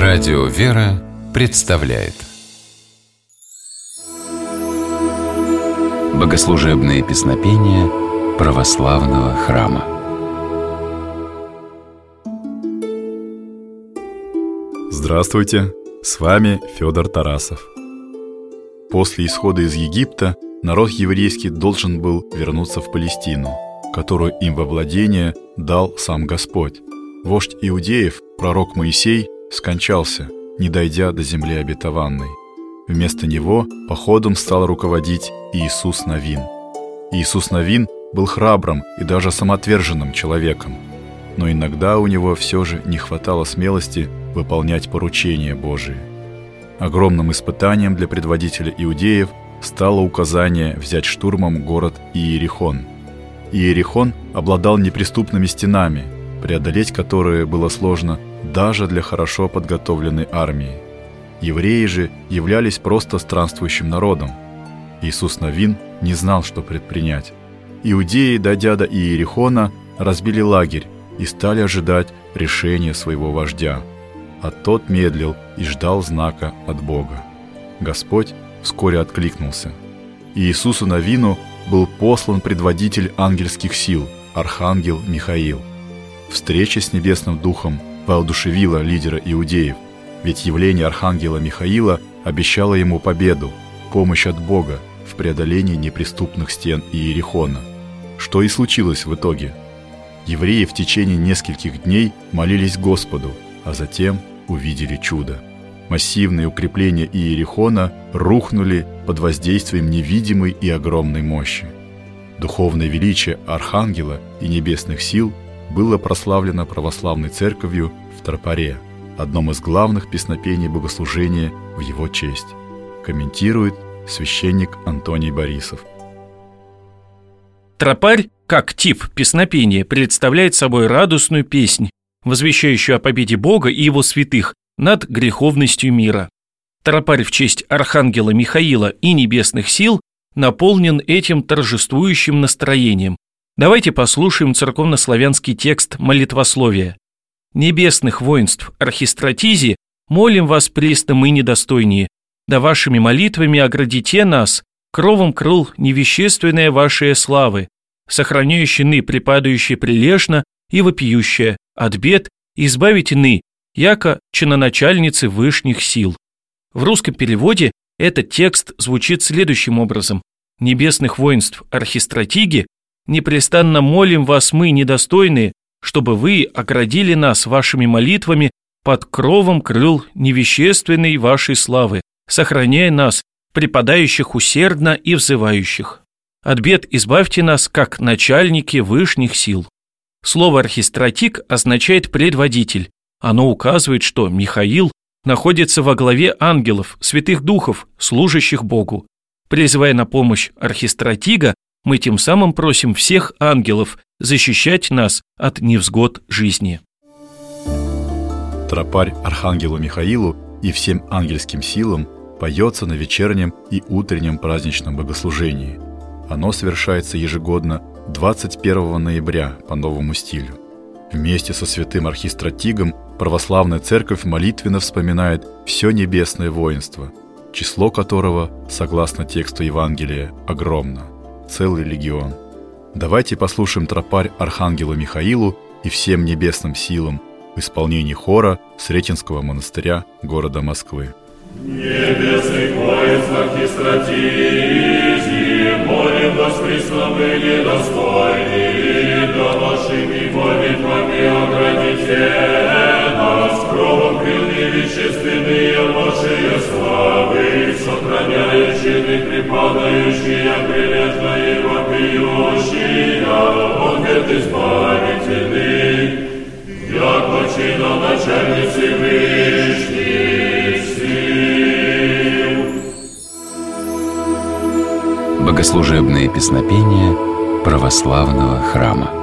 Радио «Вера» представляет богослужебные песнопения православного храма. Здравствуйте, с вами Федор Тарасов. После исхода из Египта народ еврейский должен был вернуться в Палестину, которую им во владение дал сам Господь. Вождь иудеев, пророк Моисей, скончался, не дойдя до земли обетованной. Вместо него походом стал руководить Иисус Навин. Иисус Навин был храбрым и даже самоотверженным человеком, но иногда у него все же не хватало смелости выполнять поручения Божии. Огромным испытанием для предводителя иудеев стало указание взять штурмом город Иерихон. Иерихон обладал неприступными стенами, преодолеть которые было сложно даже для хорошо подготовленной армии. Евреи же являлись просто странствующим народом. Иисус Навин не знал, что предпринять. Иудеи, дойдя до Иерихона, разбили лагерь и стали ожидать решения своего вождя. А тот медлил и ждал знака от Бога. Господь вскоре откликнулся. Иисусу Навину был послан предводитель ангельских сил, архангел Михаил. Встреча с Небесным Духом воодушевила лидера иудеев, ведь явление архангела Михаила обещало ему победу, помощь от Бога в преодолении неприступных стен Иерихона. Что и случилось в итоге. Евреи в течение нескольких дней молились Господу, а затем увидели чудо. Массивные укрепления Иерихона рухнули под воздействием невидимой и огромной мощи. Духовное величие архангела и небесных сил было прославлено православной церковью в Тропаре, одном из главных песнопений богослужения в его честь. Комментирует священник Антоний Борисов. Тропарь, как тип песнопения, представляет собой радостную песнь, возвещающую о победе Бога и его святых над греховностью мира. Тропарь в честь архангела Михаила и небесных сил наполнен этим торжествующим настроением. Давайте послушаем церковнославянский текст молитвословия. «Небесных воинств архистратизи, молим вас пресно мы недостойнее, да вашими молитвами оградите нас, кровом крыл невещественная вашей славы, сохраняющие ны припадающие прилежно и вопиющая, от бед избавите ны, яко чиноначальницы вышних сил». В русском переводе этот текст звучит следующим образом. «Небесных воинств архистратиги, непрестанно молим вас мы, недостойные, чтобы вы оградили нас вашими молитвами под кровом крыл невещественной вашей славы, сохраняя нас, преподающих усердно и взывающих. От бед избавьте нас, как начальники вышних сил». Слово «архистратиг» означает «предводитель». Оно указывает, что Михаил находится во главе ангелов, святых духов, служащих Богу. Призывая на помощь архистратига, мы тем самым просим всех ангелов защищать нас от невзгод жизни. Тропарь архангелу Михаилу и всем ангельским силам поется на вечернем и утреннем праздничном богослужении. Оно совершается ежегодно 21 ноября по новому стилю. Вместе со святым архистратигом православная церковь молитвенно вспоминает все небесное воинство, число которого, согласно тексту Евангелия, огромно. Целый легион. Давайте послушаем тропарь архангелу Михаилу и всем небесным силам в исполнении хора Сретенского монастыря города Москвы. Небесных воинств архистратизи, молим вас пресно мы недостойны, да вашими молитвами оградите нас, кровом крыл невещественные ваши славы, сохраняющие припадающие прилежно и вопиющие, от бед избавительных, яко чиноначальницы вышних сил. Богослужебные песнопения православного храма.